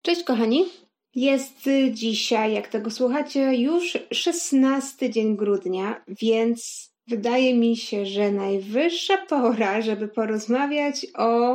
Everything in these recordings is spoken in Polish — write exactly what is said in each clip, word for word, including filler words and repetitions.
Cześć kochani, jest dzisiaj, jak tego słuchacie, już szesnasty dzień grudnia, więc wydaje mi się, że najwyższa pora, żeby porozmawiać o...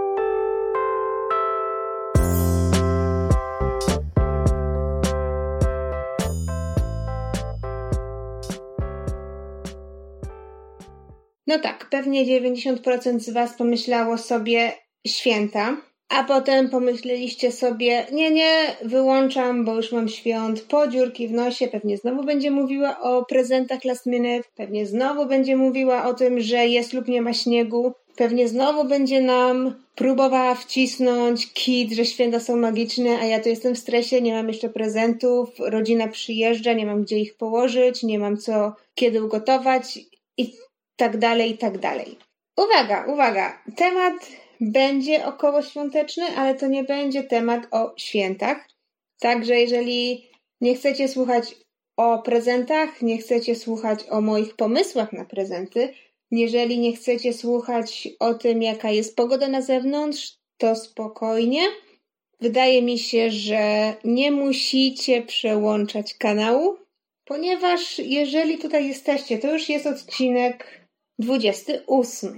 No tak, pewnie dziewięćdziesiąt procent z Was pomyślało sobie święta, a potem pomyśleliście sobie, nie, nie, wyłączam, bo już mam świąt, po dziurki w nosie, pewnie znowu będzie mówiła o prezentach last minute, pewnie znowu będzie mówiła o tym, że jest lub nie ma śniegu, pewnie znowu będzie nam próbowała wcisnąć kit, że święta są magiczne, a ja tu jestem w stresie, nie mam jeszcze prezentów, rodzina przyjeżdża, nie mam gdzie ich położyć, nie mam co kiedy ugotować i tak dalej, i tak dalej. Uwaga, uwaga, temat będzie okołoświąteczny, ale to nie będzie temat o świętach. Także jeżeli nie chcecie słuchać o prezentach, nie chcecie słuchać o moich pomysłach na prezenty, jeżeli nie chcecie słuchać o tym, jaka jest pogoda na zewnątrz, to spokojnie. Wydaje mi się, że nie musicie przełączać kanału, ponieważ jeżeli tutaj jesteście, to już jest odcinek dwudziesty ósmy.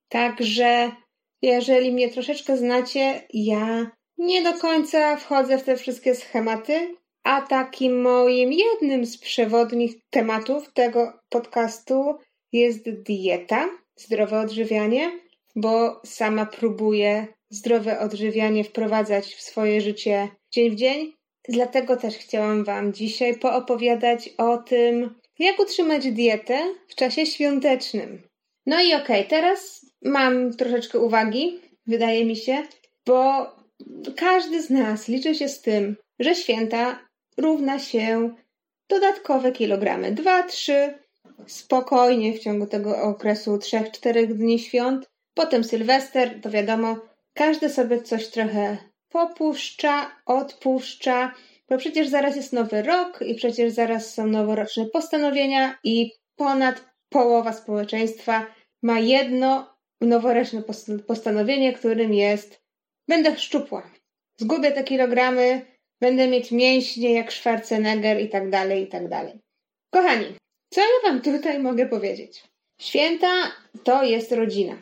Także jeżeli mnie troszeczkę znacie, ja nie do końca wchodzę w te wszystkie schematy, a takim moim jednym z przewodnich tematów tego podcastu jest dieta, zdrowe odżywianie, bo sama próbuję zdrowe odżywianie wprowadzać w swoje życie dzień w dzień. Dlatego też chciałam Wam dzisiaj poopowiadać o tym, jak utrzymać dietę w czasie świątecznym. No i okej, okay, teraz mam troszeczkę uwagi, wydaje mi się, bo każdy z nas liczy się z tym, że święta równa się dodatkowe kilogramy. Dwa, trzy, spokojnie w ciągu tego okresu trzech, czterech dni świąt. Potem Sylwester, to wiadomo, każdy sobie coś trochę popuszcza, odpuszcza, bo przecież zaraz jest nowy rok i przecież zaraz są noworoczne postanowienia i ponad połowa społeczeństwa ma jedno noworoczne postanowienie, którym jest: będę szczupła, zgubię te kilogramy, będę mieć mięśnie jak Schwarzenegger i tak dalej, i tak dalej. Kochani, co ja Wam tutaj mogę powiedzieć? Święta to jest rodzina.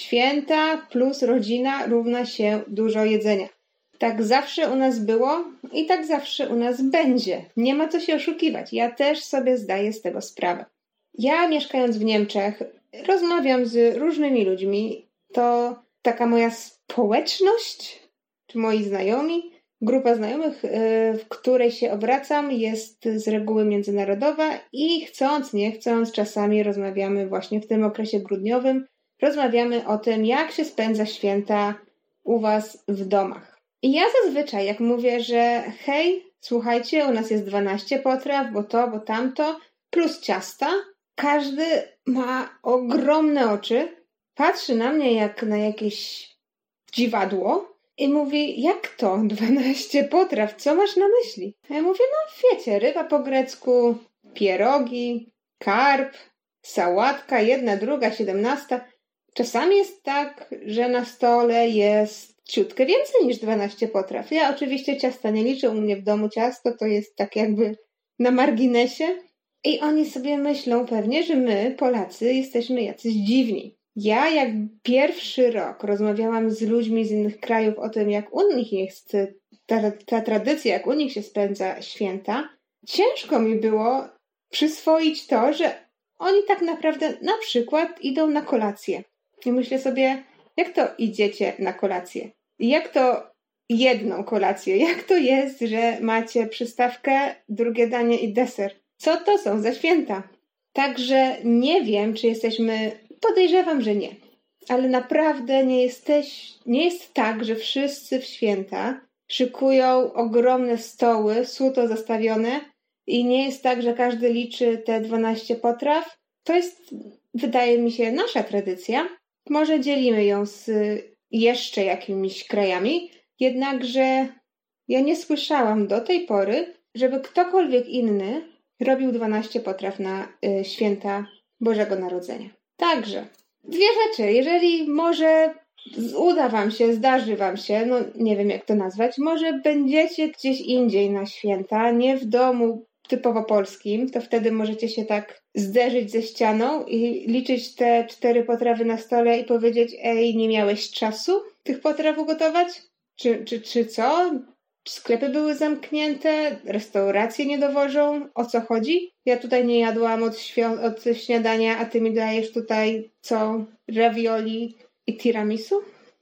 Święta plus rodzina równa się dużo jedzenia. Tak zawsze u nas było i tak zawsze u nas będzie. Nie ma co się oszukiwać. Ja też sobie zdaję z tego sprawę. Ja mieszkając w Niemczech rozmawiam z różnymi ludźmi. To taka moja społeczność, czy moi znajomi, grupa znajomych, w której się obracam, jest z reguły międzynarodowa i chcąc, nie chcąc, czasami rozmawiamy właśnie w tym okresie grudniowym, rozmawiamy o tym, jak się spędza święta u Was w domach. I ja zazwyczaj, jak mówię, że hej, słuchajcie, u nas jest dwanaście potraw, bo to, bo tamto, plus ciasta, każdy ma ogromne oczy, patrzy na mnie jak na jakieś dziwadło i mówi: jak to dwanaście potraw, co masz na myśli? A ja mówię: no wiecie, ryba po grecku, pierogi, karp, sałatka, jedna, druga, siedemnasta. Czasami jest tak, że na stole jest ciutkę więcej niż dwanaście potraw. Ja oczywiście ciasta nie liczę, u mnie w domu ciasto to jest tak jakby na marginesie. I oni sobie myślą pewnie, że my, Polacy, jesteśmy jacyś dziwni. Ja jak pierwszy rok rozmawiałam z ludźmi z innych krajów o tym, jak u nich jest ta, ta tradycja, jak u nich się spędza święta, ciężko mi było przyswoić to, że oni tak naprawdę na przykład idą na kolację. I myślę sobie, jak to idziecie na kolację? Jak to jedną kolację? Jak to jest, że macie przystawkę, drugie danie i deser? Co to są za święta? Także nie wiem, czy jesteśmy... Podejrzewam, że nie. Ale naprawdę nie jesteś... Nie jest tak, że wszyscy w święta szykują ogromne stoły, suto zastawione i nie jest tak, że każdy liczy te dwanaście potraw. To jest, wydaje mi się, nasza tradycja. Może dzielimy ją z jeszcze jakimiś krajami, jednakże ja nie słyszałam do tej pory, żeby ktokolwiek inny robił dwanaście potraw na y, święta Bożego Narodzenia. Także, dwie rzeczy. Jeżeli może uda wam się, zdarzy wam się, no nie wiem jak to nazwać, może będziecie gdzieś indziej na święta, nie w domu typowo polskim, to wtedy możecie się tak zderzyć ze ścianą i liczyć te cztery potrawy na stole i powiedzieć, ej, nie miałeś czasu tych potraw ugotować? Czy, czy, czy co? Sklepy były zamknięte, restauracje nie dowożą, o co chodzi? Ja tutaj nie jadłam od, świąt, od śniadania, a ty mi dajesz tutaj co? Ravioli i tiramisu?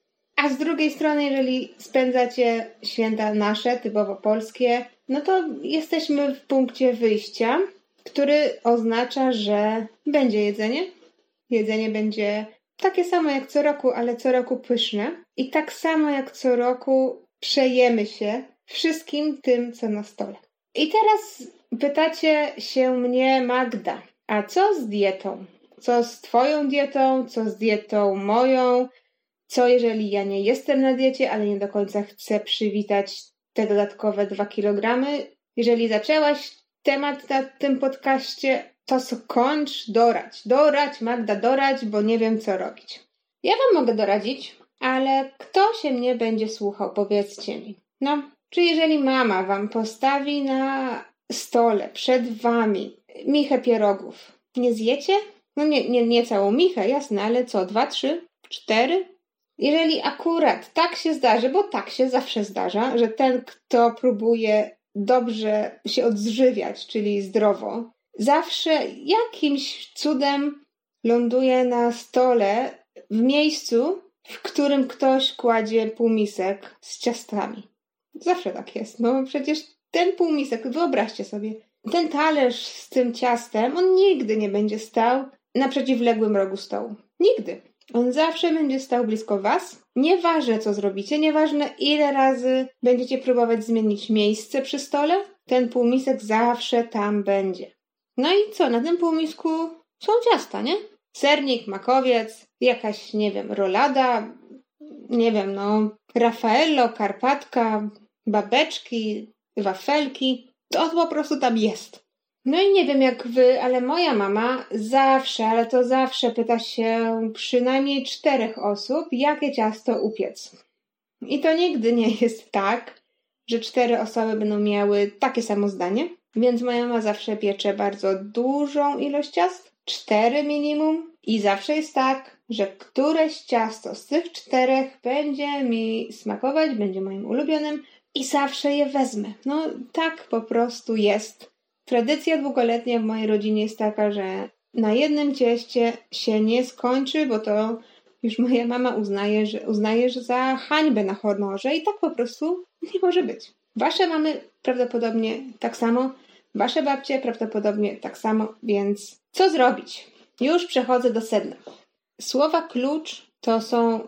A z drugiej strony, jeżeli spędzacie święta nasze, typowo polskie, no to jesteśmy w punkcie wyjścia, który oznacza, że będzie jedzenie. Jedzenie będzie takie samo jak co roku, ale co roku pyszne. I tak samo jak co roku przejemy się wszystkim tym, co na stole. I teraz pytacie się mnie, Magda, a co z dietą? Co z twoją dietą? Co z dietą moją? Co jeżeli ja nie jestem na diecie, ale nie do końca chcę przywitać te dodatkowe dwa kilogramy? Jeżeli zaczęłaś temat na tym podcaście, to skończ dorać. Dorać, Magda, dorać, bo nie wiem, co robić. Ja wam mogę doradzić, ale kto się mnie będzie słuchał? Powiedzcie mi. No, czy jeżeli mama wam postawi na stole przed wami michę pierogów, nie zjecie? No nie, nie, nie całą michę, jasne, ale co? Dwa, trzy, cztery? Jeżeli akurat tak się zdarzy, bo tak się zawsze zdarza, że ten, kto próbuje dobrze się odżywiać, czyli zdrowo, zawsze jakimś cudem ląduje na stole w miejscu, w którym ktoś kładzie półmisek z ciastami. Zawsze tak jest. No przecież ten półmisek, wyobraźcie sobie, ten talerz z tym ciastem, on nigdy nie będzie stał na przeciwległym rogu stołu. Nigdy. On zawsze będzie stał blisko was. Nieważne co zrobicie, nieważne ile razy będziecie próbować zmienić miejsce przy stole, ten półmisek zawsze tam będzie. No i co? Na tym półmisku są ciasta, nie? Sernik, makowiec, jakaś, nie wiem, rolada, nie wiem, no, Raffaello, Karpatka, babeczki, wafelki. To po prostu tam jest. No i nie wiem jak wy, ale moja mama zawsze, ale to zawsze pyta się przynajmniej czterech osób, jakie ciasto upiec. I to nigdy nie jest tak, że cztery osoby będą miały takie samo zdanie, więc moja mama zawsze piecze bardzo dużą ilość ciast, cztery minimum, i zawsze jest tak, że któreś ciasto z tych czterech będzie mi smakować, będzie moim ulubionym i zawsze je wezmę. No tak po prostu jest. Tradycja długoletnia w mojej rodzinie jest taka, że na jednym cieście się nie skończy, bo to już moja mama uznaje, że, uznaje, że za hańbę na honorze i tak po prostu nie może być. Wasze mamy prawdopodobnie tak samo, wasze babcie prawdopodobnie tak samo, więc co zrobić? Już przechodzę do sedna. Słowa klucz to są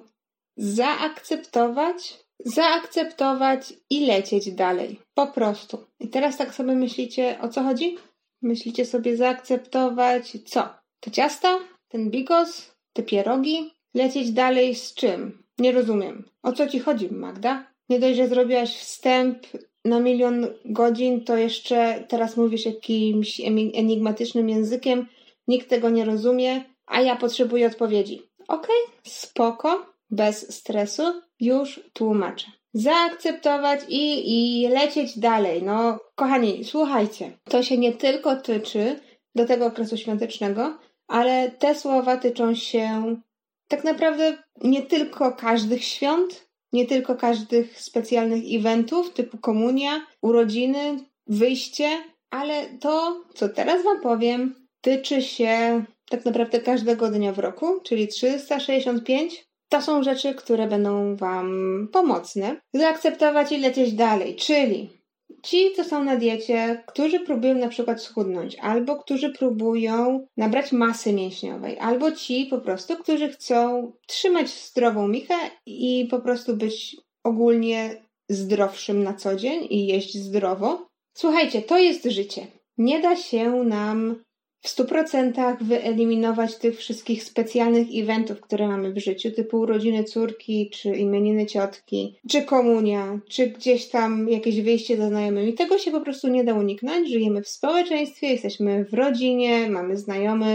zaakceptować, zaakceptować i lecieć dalej. Po prostu. I teraz tak sobie myślicie, o co chodzi? Myślicie sobie zaakceptować co? Te ciasta? Ten bigos? Te pierogi? Lecieć dalej z czym? Nie rozumiem. O co ci chodzi, Magda? Nie dość, że zrobiłaś wstęp na milion godzin, to jeszcze teraz mówisz jakimś enigmatycznym językiem, nikt tego nie rozumie, a ja potrzebuję odpowiedzi. Okej, spoko, bez stresu, już tłumaczę. Zaakceptować i, i lecieć dalej. No, kochani, słuchajcie, to się nie tylko tyczy do tego okresu świątecznego, ale te słowa tyczą się tak naprawdę nie tylko każdych świąt, nie tylko każdych specjalnych eventów typu komunia, urodziny, wyjście, ale to, co teraz wam powiem, tyczy się tak naprawdę każdego dnia w roku, czyli trzysta sześćdziesiąt pięć. To są rzeczy, które będą wam pomocne. Zaakceptować i lecieć dalej, czyli ci, co są na diecie, którzy próbują na przykład schudnąć, albo którzy próbują nabrać masy mięśniowej, albo ci po prostu, którzy chcą trzymać zdrową michę i po prostu być ogólnie zdrowszym na co dzień i jeść zdrowo. Słuchajcie, to jest życie. Nie da się nam w stu procentach wyeliminować tych wszystkich specjalnych eventów, które mamy w życiu, typu urodziny córki, czy imieniny ciotki, czy komunia, czy gdzieś tam jakieś wyjście ze znajomymi. Tego się po prostu nie da uniknąć. Żyjemy w społeczeństwie, jesteśmy w rodzinie, mamy znajomych,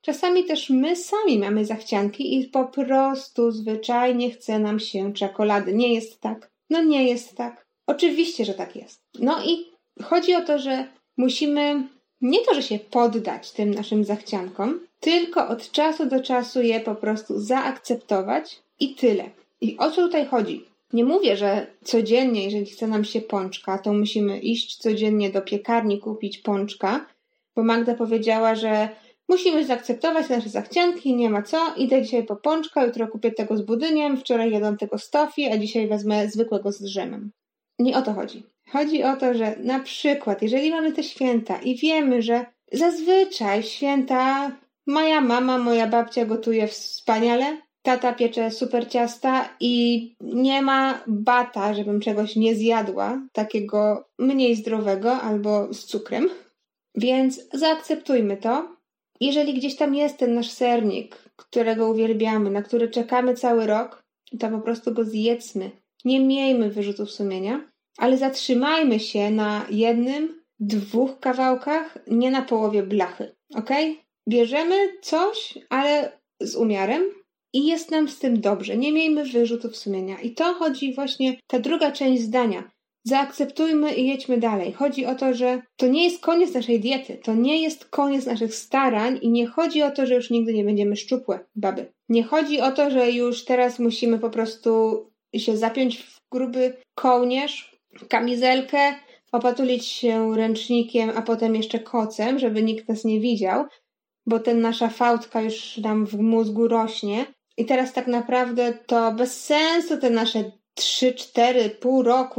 Czasami też my sami mamy zachcianki i po prostu zwyczajnie chce nam się czekolady. Nie jest tak. No nie jest tak. Oczywiście, że tak jest. No i chodzi o to, że musimy nie to, że się poddać tym naszym zachciankom, tylko od czasu do czasu je po prostu zaakceptować i tyle. I o co tutaj chodzi? Nie mówię, że codziennie, jeżeli chce nam się pączka, to musimy iść codziennie do piekarni kupić pączka, bo Magda powiedziała, że musimy zaakceptować nasze zachcianki, nie ma co, idę dzisiaj po pączka, jutro kupię tego z budyniem, wczoraj jadłam tego z tofi, a dzisiaj wezmę zwykłego z drzemem. Nie o to chodzi. Chodzi o to, że na przykład, jeżeli mamy te święta i wiemy, że zazwyczaj w święta moja mama, moja babcia gotuje wspaniale, tata piecze super ciasta i nie ma bata, żebym czegoś nie zjadła, takiego mniej zdrowego albo z cukrem. Więc zaakceptujmy to. Jeżeli gdzieś tam jest ten nasz sernik, którego uwielbiamy, na który czekamy cały rok, to po prostu go zjedzmy. Nie miejmy wyrzutów sumienia, ale zatrzymajmy się na jednym, dwóch kawałkach, nie na połowie blachy. Ok? Bierzemy coś, ale z umiarem i jest nam z tym dobrze. Nie miejmy wyrzutów sumienia. I to chodzi właśnie, ta druga część zdania. Zaakceptujmy i jedźmy dalej. Chodzi o to, że to nie jest koniec naszej diety, to nie jest koniec naszych starań i nie chodzi o to, że już nigdy nie będziemy szczupłe baby. Nie chodzi o to, że już teraz musimy po prostu się zapiąć w gruby kołnierz, kamizelkę, opatulić się ręcznikiem, a potem jeszcze kocem, żeby nikt nas nie widział, bo ten nasza fałdka już nam w mózgu rośnie i teraz tak naprawdę to bez sensu te nasze trzy, cztery, pół roku,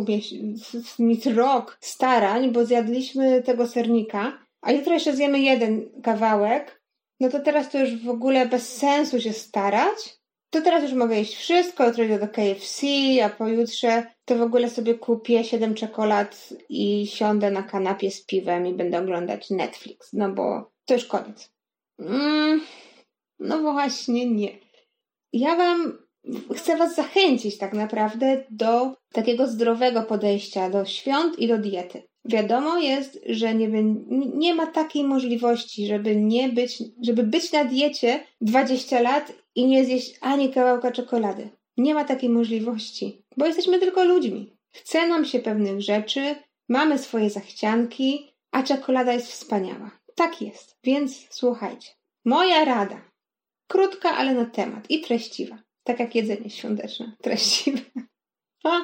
mieć rok starań, bo zjadliśmy tego sernika, a jutro jeszcze zjemy jeden kawałek, no to teraz to już w ogóle bez sensu się starać. To teraz już mogę jeść wszystko, jutro idę do K F C, a pojutrze to w ogóle sobie kupię siedem czekolad i siądę na kanapie z piwem i będę oglądać Netflix, no bo to już koniec. Mm, no właśnie nie. Ja wam chcę was zachęcić tak naprawdę do takiego zdrowego podejścia do świąt i do diety. Wiadomo jest, że nie, nie ma takiej możliwości, żeby nie być, żeby być na diecie dwadzieścia lat i nie zjeść ani kawałka czekolady. Nie ma takiej możliwości, bo jesteśmy tylko ludźmi. Chce nam się pewnych rzeczy, mamy swoje zachcianki, a czekolada jest wspaniała. Tak jest, więc słuchajcie. Moja rada, krótka, ale na temat i treściwa. Tak jak jedzenie świąteczne, treściwe. A,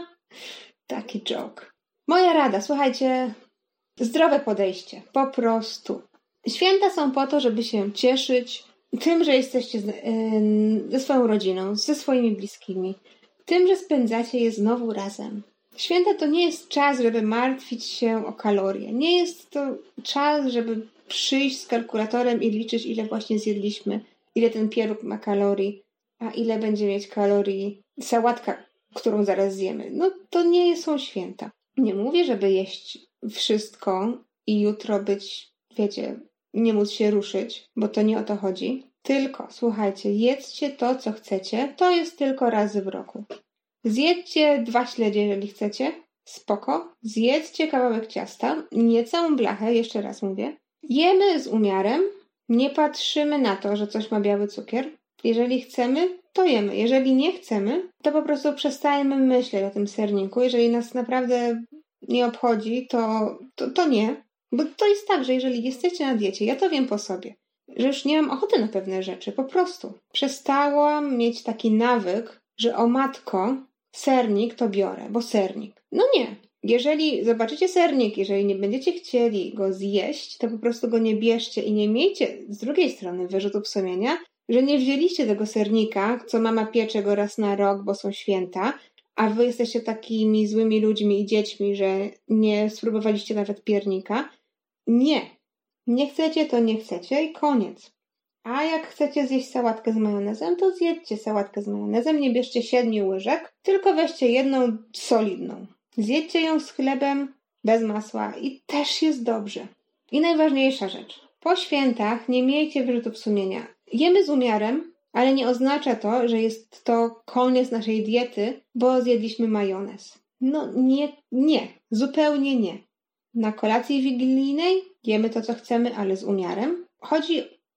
taki joke. Moja rada, słuchajcie, zdrowe podejście, po prostu. Święta są po to, żeby się cieszyć tym, że jesteście z, yy, ze swoją rodziną, ze swoimi bliskimi, tym, że spędzacie je znowu razem. Święta to nie jest czas, żeby martwić się o kalorie. Nie jest to czas, żeby przyjść z kalkulatorem i liczyć, ile właśnie zjedliśmy, ile ten pieróg ma kalorii, a ile będzie mieć kalorii sałatka, którą zaraz zjemy. No to nie są święta. Nie mówię, żeby jeść wszystko i jutro być, wiecie, nie móc się ruszyć, bo to nie o to chodzi. Tylko, słuchajcie, jedzcie to, co chcecie. To jest tylko razy w roku. Zjedźcie dwa śledzie, jeżeli chcecie. Spoko. Zjedzcie kawałek ciasta. Nie całą blachę, jeszcze raz mówię. Jemy z umiarem. Nie patrzymy na to, że coś ma biały cukier. Jeżeli chcemy, to jemy. Jeżeli nie chcemy, to po prostu przestajemy myśleć o tym serniku. Jeżeli nas naprawdę nie obchodzi, to, to, to nie. Bo to jest tak, że jeżeli jesteście na diecie, ja to wiem po sobie, że już nie mam ochoty na pewne rzeczy. Po prostu. Przestałam mieć taki nawyk, że o matko, sernik to biorę, bo sernik. No nie. Jeżeli zobaczycie sernik, jeżeli nie będziecie chcieli go zjeść, to po prostu go nie bierzcie i nie miejcie z drugiej strony wyrzutów sumienia, że nie wzięliście tego sernika, co mama piecze go raz na rok, bo są święta, a wy jesteście takimi złymi ludźmi i dziećmi, że nie spróbowaliście nawet piernika. Nie. Nie chcecie, to nie chcecie i koniec. A jak chcecie zjeść sałatkę z majonezem, to zjedźcie sałatkę z majonezem, nie bierzcie siedmiu łyżek, tylko weźcie jedną solidną. Zjedźcie ją z chlebem, bez masła i też jest dobrze. I najważniejsza rzecz. Po świętach nie miejcie wyrzutów sumienia. Jemy z umiarem, ale nie oznacza to, że jest to koniec naszej diety, bo zjedliśmy majonez. No nie, nie. Zupełnie nie. Na kolacji wigilijnej jemy to, co chcemy, ale z umiarem. Chodzi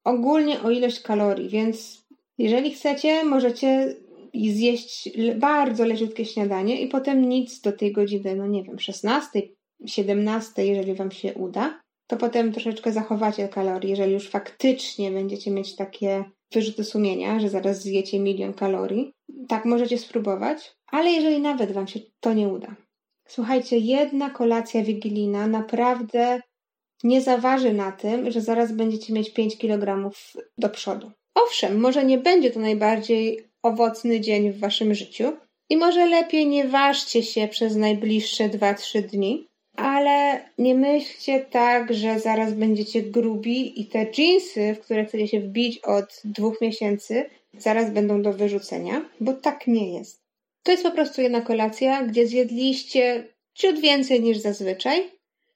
ogólnie o ilość kalorii, więc jeżeli chcecie, możecie zjeść bardzo leciutkie śniadanie i potem nic do tej godziny, no nie wiem, szesnastej, siedemnastej, jeżeli wam się uda, to potem troszeczkę zachowacie kalorii, jeżeli już faktycznie będziecie mieć takie wyrzuty sumienia, że zaraz zjecie milion kalorii. Tak możecie spróbować, ale jeżeli nawet wam się to nie uda. Słuchajcie, jedna kolacja wigilijna naprawdę nie zaważy na tym, że zaraz będziecie mieć pięć kilogramów do przodu. Owszem, może nie będzie to najbardziej owocny dzień w waszym życiu i może lepiej nie ważcie się przez najbliższe dwa trzy dni, ale nie myślcie tak, że zaraz będziecie grubi i te dżinsy, w które chcecie się wbić od dwóch miesięcy, zaraz będą do wyrzucenia, bo tak nie jest. To jest po prostu jedna kolacja, gdzie zjedliście ciut więcej niż zazwyczaj,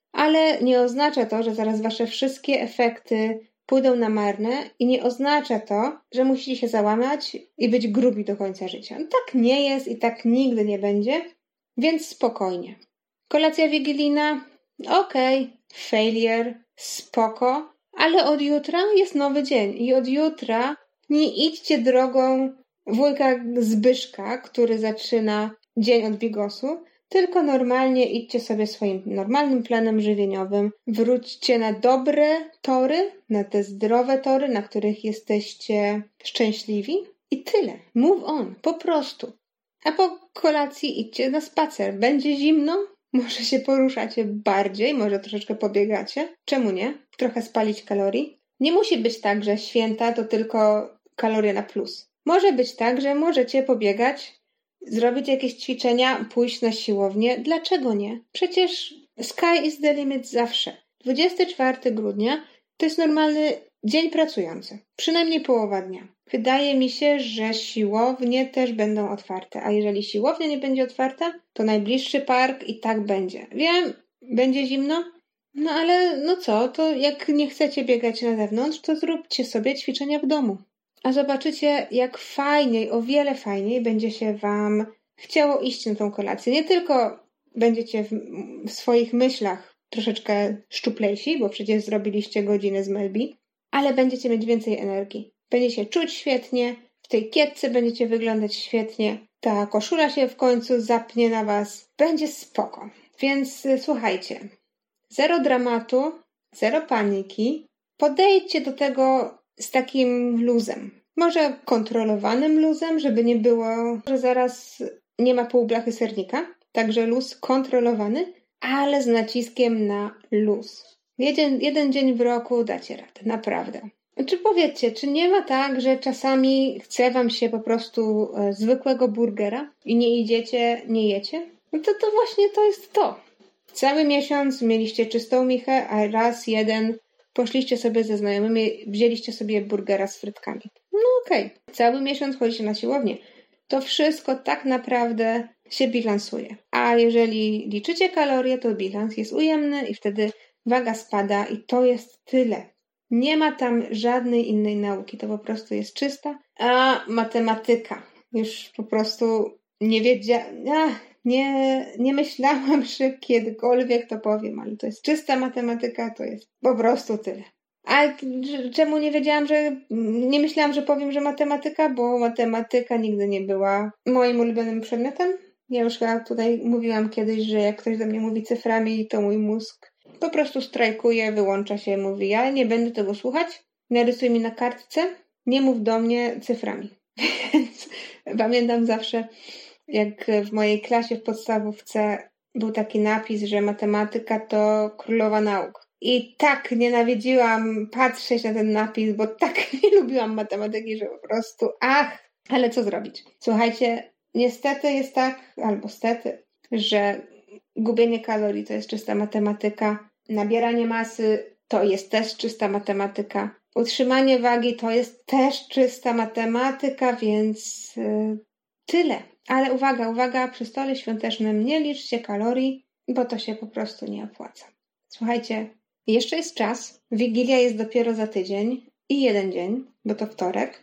ale nie oznacza to, że zaraz wasze wszystkie efekty pójdą na marne i nie oznacza to, że musicie się załamać i być grubi do końca życia. No tak nie jest i tak nigdy nie będzie, więc spokojnie. Kolacja wigilijna, okej, okay, failure, spoko, ale od jutra jest nowy dzień i od jutra nie idźcie drogą wujka Zbyszka, który zaczyna dzień od bigosu, tylko normalnie idźcie sobie swoim normalnym planem żywieniowym, wróćcie na dobre tory, na te zdrowe tory, na których jesteście szczęśliwi i tyle. Move on, po prostu. A po kolacji idźcie na spacer. Będzie zimno, może się poruszacie bardziej, może troszeczkę pobiegacie. Czemu nie? Trochę spalić kalorii. Nie musi być tak, że święta to tylko kalorie na plus. Może być tak, że możecie pobiegać, zrobić jakieś ćwiczenia, pójść na siłownię. Dlaczego nie? Przecież sky is the limit zawsze. dwudziestego czwartego grudnia to jest normalny dzień pracujący. Przynajmniej połowa dnia. Wydaje mi się, że siłownie też będą otwarte. A jeżeli siłownia nie będzie otwarta, to najbliższy park i tak będzie. Wiem, będzie zimno, no ale no co, to jak nie chcecie biegać na zewnątrz, to zróbcie sobie ćwiczenia w domu. A zobaczycie, jak fajniej, o wiele fajniej będzie się wam chciało iść na tą kolację. Nie tylko będziecie w, w swoich myślach troszeczkę szczuplejsi, bo przecież zrobiliście godzinę z Melbi, ale będziecie mieć więcej energii. Będziecie czuć świetnie, w tej kietce będziecie wyglądać świetnie, ta koszula się w końcu zapnie na was. Będzie spoko. Więc słuchajcie, zero dramatu, zero paniki. Podejdźcie do tego z takim luzem. Może kontrolowanym luzem, żeby nie było, że zaraz nie ma pół blachy sernika. Także luz kontrolowany, ale z naciskiem na luz. Jeden, jeden dzień w roku dacie radę, naprawdę. Czy powiedzcie, czy nie ma tak, że czasami chce wam się po prostu e, zwykłego burgera i nie idziecie, nie jecie? No to, to właśnie to jest to. Cały miesiąc mieliście czystą michę, a raz jeden poszliście sobie ze znajomymi, wzięliście sobie burgera z frytkami. No okej, okay. Cały miesiąc chodzicie na siłownię. To wszystko tak naprawdę się bilansuje. A jeżeli liczycie kalorie, to bilans jest ujemny i wtedy waga spada i to jest tyle. Nie ma tam żadnej innej nauki, to po prostu jest czysta, a matematyka. Już po prostu nie wiedziałam, nie, nie myślałam, że kiedykolwiek to powiem, ale to jest czysta matematyka, to jest po prostu tyle. A czemu nie wiedziałam, że nie myślałam, że powiem, że matematyka, bo matematyka nigdy nie była moim ulubionym przedmiotem. Ja już chyba tutaj mówiłam kiedyś, że jak ktoś do mnie mówi cyframi, to mój mózg po prostu strajkuje, wyłącza się, mówi, ja nie będę tego słuchać, narysuj mi na kartce, nie mów do mnie cyframi. Więc pamiętam zawsze, jak w mojej klasie w podstawówce był taki napis, że matematyka to królowa nauk. I tak nienawidziłam patrzeć na ten napis, bo tak nie lubiłam matematyki, że po prostu ach, ale co zrobić? Słuchajcie, niestety jest tak, albo stety, że gubienie kalorii to jest czysta matematyka, nabieranie masy to jest też czysta matematyka, utrzymanie wagi to jest też czysta matematyka, więc yy, tyle. Ale uwaga, uwaga, przy stole świątecznym nie liczcie kalorii, bo to się po prostu nie opłaca. Słuchajcie, jeszcze jest czas, Wigilia jest dopiero za tydzień i jeden dzień, bo to wtorek,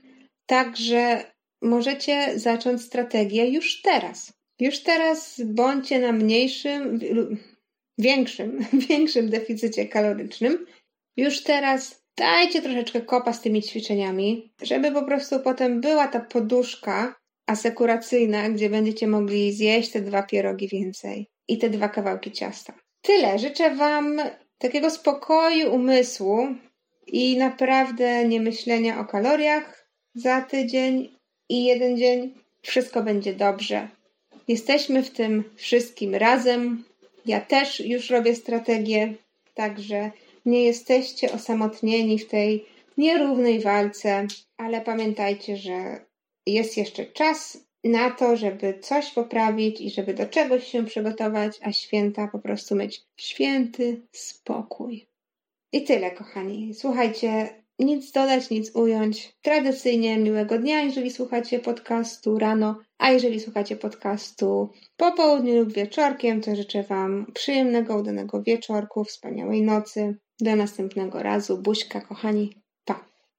także możecie zacząć strategię już teraz. Już teraz bądźcie na mniejszym, większym, większym deficycie kalorycznym. Już teraz dajcie troszeczkę kopa z tymi ćwiczeniami, żeby po prostu potem była ta poduszka asekuracyjna, gdzie będziecie mogli zjeść te dwa pierogi więcej i te dwa kawałki ciasta. Tyle. Życzę Wam takiego spokoju umysłu i naprawdę nie myślenia o kaloriach za tydzień i jeden dzień. Wszystko będzie dobrze. Jesteśmy w tym wszystkim razem. Ja też już robię strategię, także nie jesteście osamotnieni w tej nierównej walce, ale pamiętajcie, że jest jeszcze czas na to, żeby coś poprawić i żeby do czegoś się przygotować, a święta po prostu mieć święty spokój. I tyle, kochani. Słuchajcie, nic dodać, nic ująć. Tradycyjnie miłego dnia, jeżeli słuchacie podcastu rano, a jeżeli słuchacie podcastu po południu lub wieczorkiem, to życzę Wam przyjemnego, udanego wieczorku, wspaniałej nocy. Do następnego razu. Buźka, kochani.